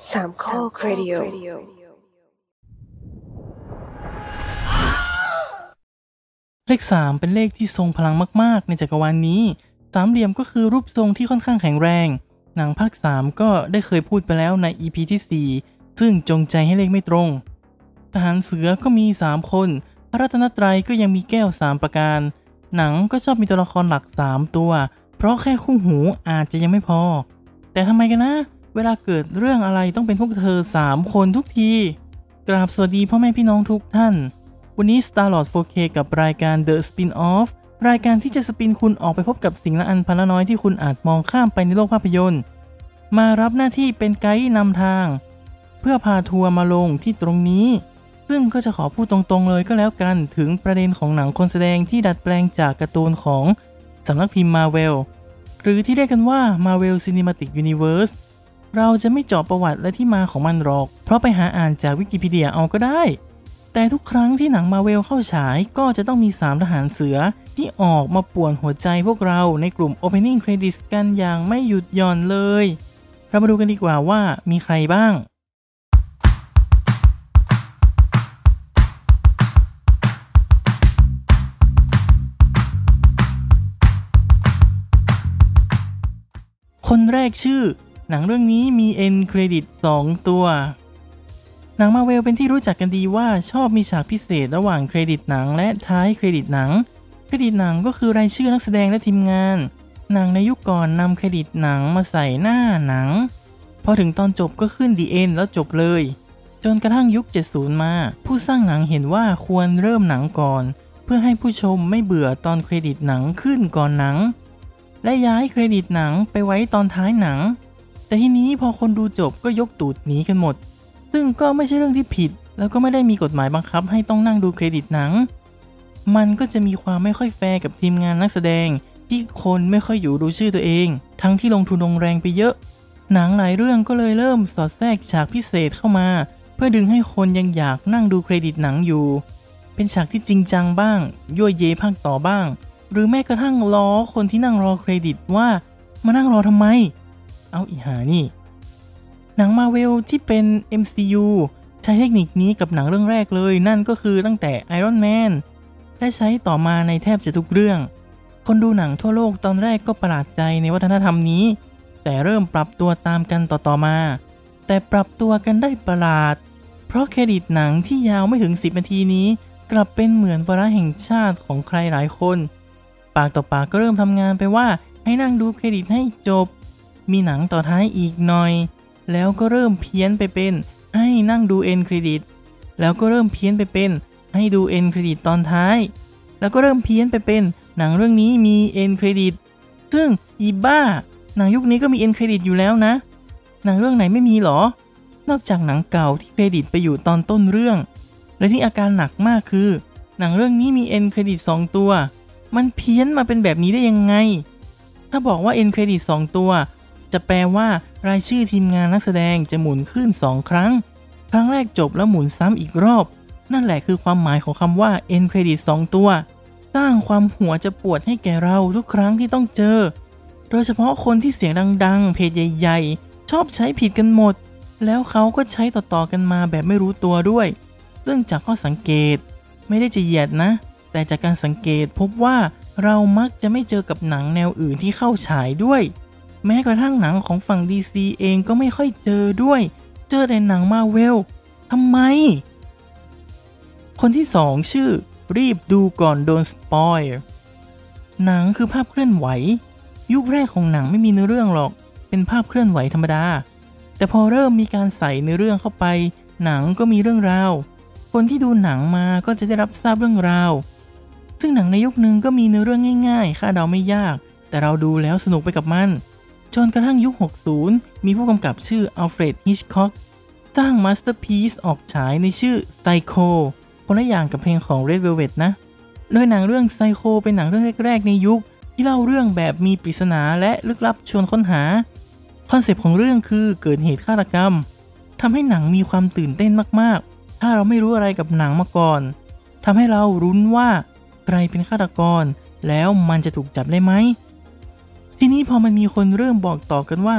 สามข้อครดิโอเลข3เป็นเลขที่ทรงพลังมากๆในจักรวาลนี้สามเหลี่ยมก็คือรูปทรงที่ค่อนข้างแข็งแรงหนังภาค3ก็ได้เคยพูดไปแล้วใน EP ที่4ซึ่งจงใจให้เลขไม่ตรงทหารเสือก็มี3คนพระรัตนตรัยก็ยังมีแก้ว3ประการหนังก็ชอบมีตัวละครหลัก3ตัวเพราะแค่คู่หูอาจจะยังไม่พอแต่ทำไมกันนะเวลาเกิดเรื่องอะไรต้องเป็นพวกเธอ3คนทุกทีกราบสวัสดีพ่อแม่พี่น้องทุกท่านวันนี้ Starlord 4K กับรายการ The Spin-off รายการที่จะสปินคุณออกไปพบกับสิ่งละอันพันละน้อยที่คุณอาจมองข้ามไปในโลกภาพยนตร์มารับหน้าที่เป็นไกด์นำทางเพื่อพาทัวร์มาลงที่ตรงนี้ซึ่งก็จะขอพูดตรงๆเลยก็แล้วกันถึงประเด็นของหนังคนแสดงที่ดัดแปลงจากการ์ตูนของสำนักพิมพ์ Marvel หรือที่เรียกกันว่า Marvel Cinematic Universe เราจะไม่เจาะประวัติและที่มาของมันหรอกเพราะไปหาอ่านจากวิกิพีเดียเอาก็ได้แต่ทุกครั้งที่หนังมาเวลเข้าฉายก็จะต้องมี3ทหารเสือที่ออกมาป่วนหัวใจพวกเราในกลุ่ม Opening Credits กันอย่างไม่หยุดหย่อนเลยเรามาดูกันดีกว่าว่ามีใครบ้างคนแรกชื่อหนังเรื่องนี้มี End Credit 2 ตัวหนังมาเวลเป็นที่รู้จักกันดีว่าชอบมีฉากพิเศษระหว่างเครดิตหนังและท้ายเครดิตหนังเครดิตหนังก็คือรายชื่อนักแสดงและทีมงานหนังในยุคก่อนนำเครดิตหนังมาใส่หน้าหนังพอถึงตอนจบก็ขึ้น The End แล้วจบเลยจนกระทั่งยุค 70 มาผู้สร้างหนังเห็นว่าควรเริ่มหนังก่อนเพื่อให้ผู้ชมไม่เบื่อตอนเครดิตหนังขึ้นก่อนหนังและย้ายเครดิตหนังไปไว้ตอนท้ายหนังแต่ทีนี้พอคนดูจบก็ยกตูดหนีกันหมดซึ่งก็ไม่ใช่เรื่องที่ผิดแล้วก็ไม่ได้มีกฎหมายบังคับให้ต้องนั่งดูเครดิตหนังมันก็จะมีความไม่ค่อยแฟร์กับทีมงานนักแสดงที่คนไม่ค่อยอยู่ดูชื่อตัวเองทั้งที่ลงทุนลงแรงไปเยอะหนังหลายเรื่องก็เลยเริ่มสอดแทรกฉากพิเศษเข้ามาเพื่อดึงให้คนยังอยากนั่งดูเครดิตหนังอยู่เป็นฉากที่จริงจังบ้างยั่วเย้ภาคต่อบ้างหรือแม้กระทั่งล้อคนที่นั่งรอเครดิตว่ามานั่งรอทำไมเอาอีหานี่หนังมาเวลที่เป็น MCU ใช้เทคนิคนี้กับหนังเรื่องแรกเลยนั่นก็คือตั้งแต่ Iron Man และใช้ต่อมาในแทบจะทุกเรื่องคนดูหนังทั่วโลกตอนแรกก็ประหลาดใจในวัฒนธรรมนี้แต่เริ่มปรับตัวตามกันต่อมาแต่ปรับตัวกันได้ประหลาดเพราะเครดิตหนังที่ยาวไม่ถึง10 นาทีนี้กลับเป็นเหมือนวาระแห่งชาติของใครหลายคนปากต่อปากก็เริ่มทำงานไปว่าให้นั่งดูเครดิตให้จบมีหนังต่อท้ายอีกหน่อยแล้วก็เริ่มเพี้ยนไปเป็นให้นั่งดูเอ็นเครดิตแล้วก็เริ่มเพี้ยนไปเป็นให้ดูเอ็นเครดิตตอนท้ายแล้วก็เริ่มเพี้ยนไปเป็นหนังเรื่องนี้มีเอ็นเครดิตซึ่งอีบ้าหนังยุคนี้ก็มีเอ็นเครดิตอยู่แล้วนะหนังเรื่องไหนไม่มีหรอนอกจากหนังเก่าที่เครดิตไปอยู่ตอนต้นเรื่องและที่อาการหนักมากคือหนังเรื่องนี้มีเอ็นเครดิต2 ตัวมันเพี้ยนมาเป็นแบบนี้ได้ยังไงถ้าบอกว่าเอ็นเครดิต2 ตัวจะแปลว่ารายชื่อทีมงานนักแสดงจะหมุนขึ้น2 ครั้งครั้งแรกจบแล้วหมุนซ้ำอีกรอบนั่นแหละคือความหมายของคำว่า End Credit 2 ตัวสร้างความหัวจะปวดให้แก่เราทุกครั้งที่ต้องเจอโดยเฉพาะคนที่เสียงดังๆเพจใหญ่ๆชอบใช้ผิดกันหมดแล้วเขาก็ใช้ต่อๆกันมาแบบไม่รู้ตัวด้วยซึ่งจากข้อสังเกตไม่ได้จะเหยียดนะแต่จากการสังเกตพบว่าเรามักจะไม่เจอกับหนังแนวอื่นที่เข้าฉายด้วยแม้กระทั่งหนังของฝั่ง DC เองก็ไม่ค่อยเจอด้วยเจอแต่หนังมาเวลทำไมคนที่2ชื่อรีบดูก่อนโดนสปอยล์หนังคือภาพเคลื่อนไหวยุคแรกของหนังไม่มีเนื้อเรื่องหรอกเป็นภาพเคลื่อนไหวธรรมดาแต่พอเริ่มมีการใส่เนื้อเรื่องเข้าไปหนังก็มีเรื่องราวคนที่ดูหนังมาก็จะได้รับทราบเรื่องราวซึ่งหนังในยุคนึงก็มีเนื้อเรื่องง่ายๆคาดเดาไม่ยากแต่เราดูแล้วสนุกไปกับมันจนกระทั่งยุค 60 มีผู้กำกับชื่ออัลเฟรด ฮิชค็อกสร้างมาสเตอร์พีซออกฉายในชื่อ Psycho คนละอย่างกับเพลงของ Red Velvet นะโดยหนังเรื่อง Psycho เป็นหนังเรื่องแรกๆในยุคที่เล่าเรื่องแบบมีปริศนาและลึกลับชวนค้นหาคอนเซปต์ของเรื่องคือเกิดเหตุฆาตกรรมทำให้หนังมีความตื่นเต้นมากๆถ้าเราไม่รู้อะไรกับหนังมาก่อนทำให้เรารุ้นว่าใครเป็นฆาตกรแล้วมันจะถูกจับได้ไหมทีนี้พอมันมีคนเริ่มบอกต่อกันว่า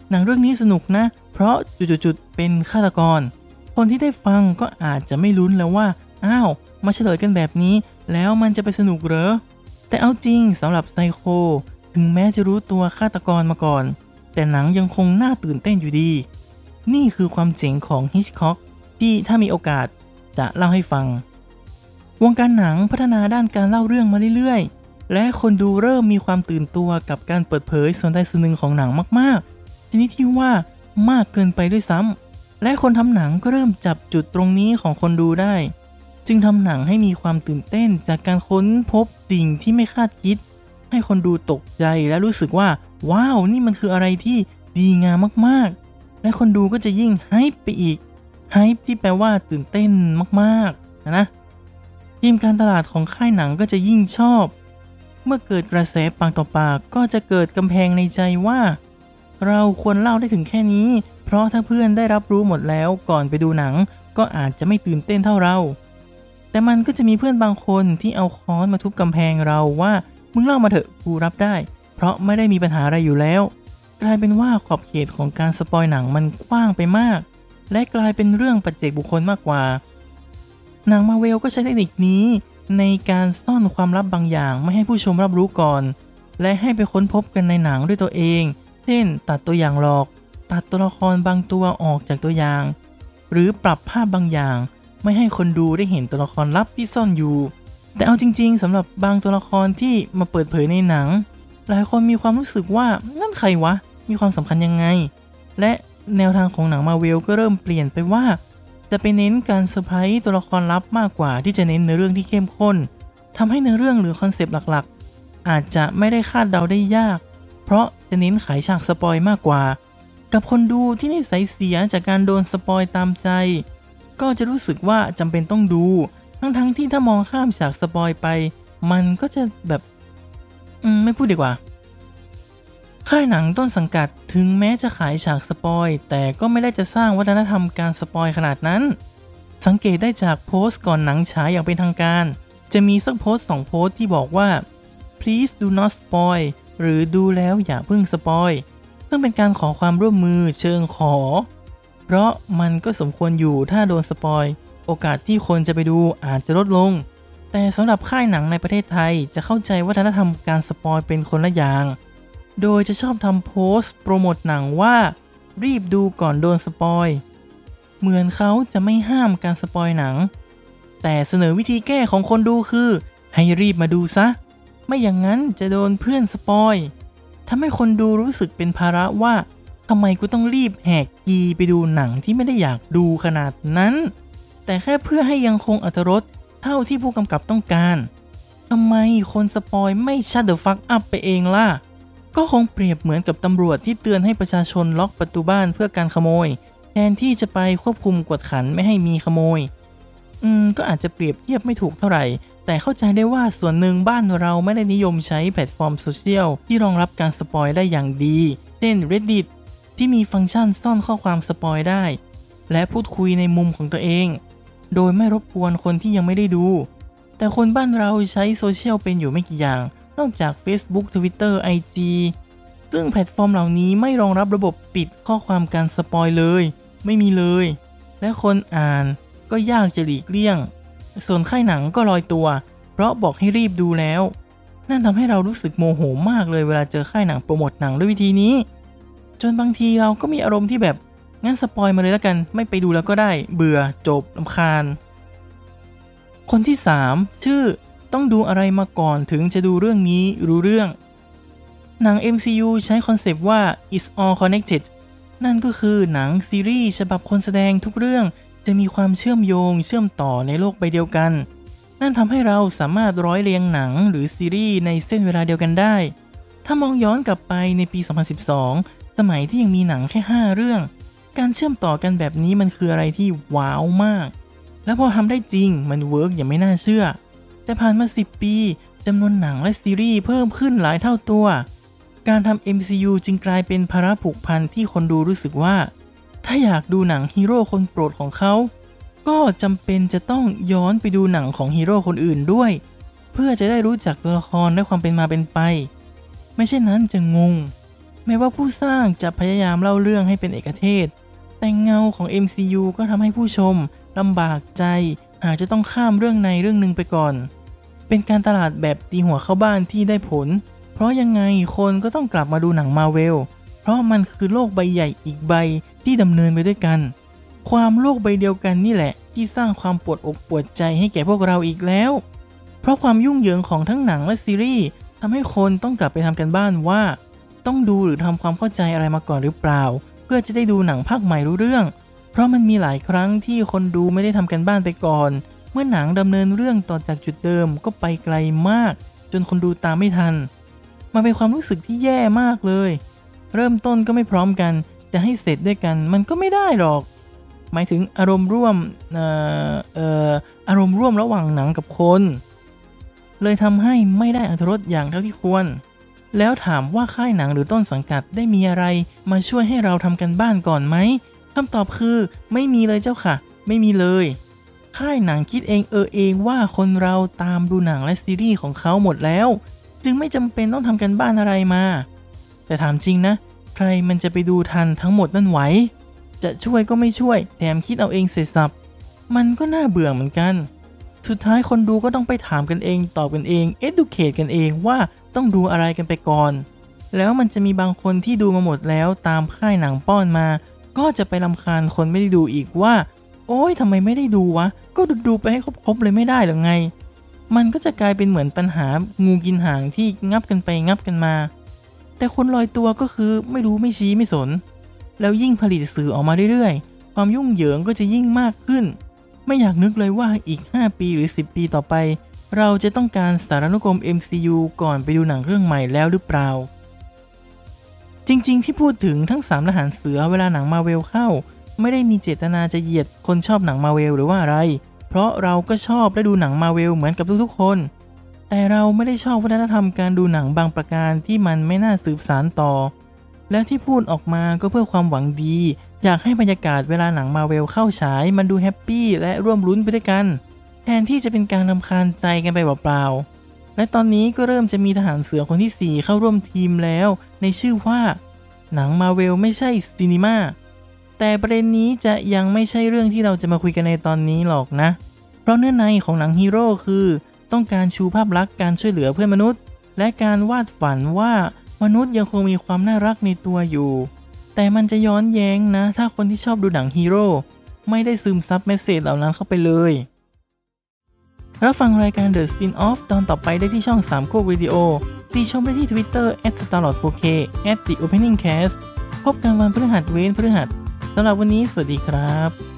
หนังเรื่องนี้สนุกนะเพราะจุดๆเป็นฆาตกรคนที่ได้ฟังก็อาจจะไม่ลุ้นแล้วว่าอ้าวมาเฉลยกันแบบนี้แล้วมันจะไปสนุกเหรอแต่เอาจริงสำหรับไซโคถึงแม้จะรู้ตัวฆาตกรมาก่อนแต่หนังยังคงน่าตื่นเต้นอยู่ดีนี่คือความเจ๋งของฮิชค็อกที่ถ้ามีโอกาสจะเล่าให้ฟังวงการหนังพัฒนาด้านการเล่าเรื่องมาเรื่อยๆและคนดูเริ่มมีความตื่นตัวกับการเปิดเผยส่วนใดส่วนหนึ่งของหนังมากๆชนิดที่ว่ามากเกินไปด้วยซ้ำและคนทำหนังก็เริ่มจับจุดตรงนี้ของคนดูได้จึงทำหนังให้มีความตื่นเต้นจากการค้นพบสิ่งที่ไม่คาดคิดให้คนดูตกใจและรู้สึกว่าว้าวนี่มันคืออะไรที่ดีงามมากๆและคนดูก็จะยิ่งไฮป์ไปอีกไฮป์ที่แปลว่าตื่นเต้นมากๆนะทีมการตลาดของค่ายหนังก็จะยิ่งชอบเมื่อเกิดกระแสปากต่อปากก็จะเกิดกำแพงในใจว่าเราควรเล่าได้ถึงแค่นี้เพราะถ้าเพื่อนได้รับรู้หมดแล้วก่อนไปดูหนังก็อาจจะไม่ตื่นเต้นเท่าเราแต่มันก็จะมีเพื่อนบางคนที่เอาค้อนมาทุบกำแพงเราว่ามึงเล่ามาเถอะกูรับได้เพราะไม่ได้มีปัญหาอะไรอยู่แล้วกลายเป็นว่าขอบเขตของการสปอยหนังมันกว้างไปมากและกลายเป็นเรื่องปัจเจกบุคคลมากกว่าหนังมาเวลก็ใช้เทคนิคนี้ในการซ่อนความลับบางอย่างไม่ให้ผู้ชมรับรู้ก่อนและให้ไปค้นพบกันในหนังด้วยตัวเองเช่นตัดตัวอย่างหลอกตัดตัวละครบางตัวออกจากตัวอย่างหรือปรับภาพบางอย่างไม่ให้คนดูได้เห็นตัวละครลับที่ซ่อนอยู่แต่เอาจริงๆสำหรับบางตัวละครที่มาเปิดเผยในหนังหลายคนมีความรู้สึกว่านั่นใครวะมีความสำคัญยังไงและแนวทางของหนังมาเวลก็เริ่มเปลี่ยนไปว่าจะไปเน้นการเซอร์ไพรส์ตัวละครลับมากกว่าที่จะเน้นเนื้อเรื่องที่เข้มข้นทำให้เนื้อเรื่องหรือคอนเซปต์หลักๆอาจจะไม่ได้คาดเดาได้ยากเพราะจะเน้นขายฉากสปอยมากกว่ากับคนดูที่นิสัยเสียจากการโดนสปอยตามใจก็จะรู้สึกว่าจำเป็นต้องดูทั้งที่ถ้ามองข้ามฉากสปอยไปมันก็จะแบบไม่พูดดีกว่าค่ายหนังต้นสังกัดถึงแม้จะขายฉากสปอยแต่ก็ไม่ได้จะสร้างวัฒนธรรมการสปอยขนาดนั้นสังเกตได้จากโพสต์ก่อนหนังฉายอย่างเป็นทางการจะมีสักโพสต์2โพสต์ที่บอกว่า please do not spoil หรือดูแล้วอย่าเพิ่งสปอยซึ่งเป็นการขอความร่วมมือเชิงขอเพราะมันก็สมควรอยู่ถ้าโดนสปอยโอกาสที่คนจะไปดูอาจจะลดลงแต่สำหรับค่ายหนังในประเทศไทยจะเข้าใจวัฒนธรรมการสปอยเป็นคนละอย่างโดยจะชอบทำโพสต์โปรโมทหนังว่ารีบดูก่อนโดนสปอยเหมือนเขาจะไม่ห้ามการสปอยหนังแต่เสนอวิธีแก้ของคนดูคือให้รีบมาดูซะไม่อย่างนั้นจะโดนเพื่อนสปอยทำให้คนดูรู้สึกเป็นภาระว่าทำไมกูต้องรีบแหกกีไปดูหนังที่ไม่ได้อยากดูขนาดนั้นแต่แค่เพื่อให้ยังคงอรรถรสเท่าที่ผู้กำกับต้องการทำไมคนสปอยไม่ชัดเดอะฟักอัพไปเองล่ะก็คงเปรียบเหมือนกับตำรวจที่เตือนให้ประชาชนล็อกประตูบ้านเพื่อการขโมยแทนที่จะไปควบคุมกวดขันไม่ให้มีขโมยก็อาจจะเปรียบเทียบไม่ถูกเท่าไหร่แต่เข้าใจได้ว่าส่วนหนึ่งบ้านเราไม่ได้นิยมใช้แพลตฟอร์มโซเชียลที่รองรับการสปอยได้อย่างดีเช่น Reddit ที่มีฟังก์ชันซ่อนข้อความสปอยได้และพูดคุยในมุมของตัวเองโดยไม่รบกวนคนที่ยังไม่ได้ดูแต่คนบ้านเราใช้โซเชียลเป็นอยู่ไม่กี่อย่างนอกจาก Facebook Twitter IG ซึ่งแพลตฟอร์มเหล่านี้ไม่รองรับระบบปิดข้อความการสปอยเลยไม่มีเลยและคนอ่านก็ยากจะหลีกเลี่ยงส่วนค่ายหนังก็ลอยตัวเพราะบอกให้รีบดูแล้วนั่นทำให้เรารู้สึกโมโหมากเลยเวลาเจอค่ายหนังโปรโมทหนังด้วยวิธีนี้จนบางทีเราก็มีอารมณ์ที่แบบงั้นสปอยมาเลยแล้วกันไม่ไปดูแล้วก็ได้เบื่อจบรำคาญคนที่3ชื่อต้องดูอะไรมาก่อนถึงจะดูเรื่องนี้รู้เรื่องหนัง MCU ใช้คอนเซปต์ว่า is all connected นั่นก็คือหนังซีรีส์ฉบับคนแสดงทุกเรื่องจะมีความเชื่อมโยงเชื่อมต่อในโลกใบเดียวกันนั่นทำให้เราสามารถร้อยเรียงหนังหรือซีรีส์ในเส้นเวลาเดียวกันได้ถ้ามองย้อนกลับไปในปี 2012 สมัยที่ยังมีหนังแค่5เรื่องการเชื่อมต่อกันแบบนี้มันคืออะไรที่ว้าวมากแล้วพอทำได้จริงมันเวิร์กอย่างไม่น่าเชื่อแต่ผ่านมา10 ปีจำนวนหนังและซีรีส์เพิ่มขึ้นหลายเท่าตัวการทำ MCU จึงกลายเป็นภาระผูกพันที่คนดูรู้สึกว่าถ้าอยากดูหนังฮีโร่คนโปรดของเขาก็จำเป็นจะต้องย้อนไปดูหนังของฮีโร่คนอื่นด้วยเพื่อจะได้รู้จักตัวละครและความเป็นมาเป็นไปไม่เช่นนั้นจะงงแม้ว่าผู้สร้างจะพยายามเล่าเรื่องให้เป็นเอกเทศแต่เงาของ MCU ก็ทำให้ผู้ชมลำบากใจหากจะต้องข้ามเรื่องในเรื่องหนึ่งไปก่อนเป็นการตลาดแบบตีหัวเข้าบ้านที่ได้ผลเพราะยังไงคนก็ต้องกลับมาดูหนังมาเวลเพราะมันคือโลกใบใหญ่อีกใบที่ดำเนินไปด้วยกันความโลกใบเดียวกันนี่แหละที่สร้างความปวดอกปวดใจให้แก่พวกเราอีกแล้วเพราะความยุ่งเหยิงของทั้งหนังและซีรีส์ทำให้คนต้องกลับไปทำกันบ้านว่าต้องดูหรือทำความเข้าใจอะไรมาก่อนหรือเปล่าเพื่อจะได้ดูหนังภาคใหม่รู้เรื่องเพราะมันมีหลายครั้งที่คนดูไม่ได้ทำกันบ้านไปก่อนเมื่อหนังดำเนินเรื่องต่อจากจุดเดิมก็ไปไกลมากจนคนดูตามไม่ทันมันเป็นความรู้สึกที่แย่มากเลยเริ่มต้นก็ไม่พร้อมกันจะให้เสร็จด้วยกันมันก็ไม่ได้หรอกหมายถึงอารมณ์ร่วมอารมณ์ร่วมระหว่างหนังกับคนเลยทำให้ไม่ได้อรรถรสอย่างเท่าที่ควรแล้วถามว่าค่ายหนังหรือต้นสังกัดได้มีอะไรมาช่วยให้เราทำกันบ้านก่อนไหมคำตอบคือไม่มีเลยเจ้าค่ะไม่มีเลยค่ายหนังคิดเองเองว่าคนเราตามดูหนังและซีรีส์ของเขาหมดแล้วจึงไม่จำเป็นต้องทำกันบ้านอะไรมาแต่ถามจริงนะใครมันจะไปดูทันทั้งหมดนั่นไหวจะช่วยก็ไม่ช่วยแถมคิดเอาเองเสร็จสับมันก็น่าเบื่อเหมือนกันสุดท้ายคนดูก็ต้องไปถามกันเองตอบกันเอง educate กันเองว่าต้องดูอะไรกันไปก่อนแล้วมันจะมีบางคนที่ดูมาหมดแล้วตามค่ายหนังป้อนมาก็จะไปรำคาญคนไม่ได้ดูอีกว่าโอ๊ยทำไมไม่ได้ดูวะก็ดูไปให้ครบเลยไม่ได้หรือไงมันก็จะกลายเป็นเหมือนปัญหางูกินหางที่งับกันไปงับกันมาแต่คนลอยตัวก็คือไม่รู้ไม่ชี้ไม่สนแล้วยิ่งผลิตสื่อออกมาเรื่อยๆความยุ่งเหยิงก็จะยิ่งมากขึ้นไม่อยากนึกเลยว่าอีก5 ปีหรือ10 ปีต่อไปเราจะต้องการสารานุกรม MCU ก่อนไปดูหนังเรื่องใหม่แล้วหรือเปล่าจริงๆที่พูดถึงทั้ง3ทหารเสือเวลาหนังมาเวลเข้าไม่ได้มีเจตนาจะเหยียดคนชอบหนังมาเวลหรือว่าอะไรเพราะเราก็ชอบและดูหนังมาเวลเหมือนกับทุกๆคนแต่เราไม่ได้ชอบวัฒนธรรมการดูหนังบางประการที่มันไม่น่าสืบสานต่อและที่พูดออกมาก็เพื่อความหวังดีอยากให้บรรยากาศเวลาหนังมาเวลเข้าฉายมันดูแฮปปี้และร่วมลุ้นไปด้วยกันแทนที่จะเป็นการรำคาญใจกันไปเปล่าๆและตอนนี้ก็เริ่มจะมีทหารเสือคนที่4เข้าร่วมทีมแล้วในชื่อว่าหนังมาเวลไม่ใช่ซีนีมาแต่ประเด็นนี้จะยังไม่ใช่เรื่องที่เราจะมาคุยกันในตอนนี้หรอกนะเพราะเนื้อในของหนังฮีโร่คือต้องการชูภาพลักษณ์การช่วยเหลือเพื่อนมนุษย์และการวาดฝันว่ามนุษย์ยังคงมีความน่ารักในตัวอยู่แต่มันจะย้อนแย้งนะถ้าคนที่ชอบดูหนังฮีโร่ไม่ได้ซึมซับเมสเสจเหล่านั้นเข้าไปเลยรับฟังรายการ The Spin-off ตอนต่อไปได้ที่ช่อง3 โคกวิดีโอติชมได้ที่ Twitter @starlord4k @theopeningcast พบกันวันพฤหัสเว้นพฤหัสสำหรับวันนี้สวัสดีครับ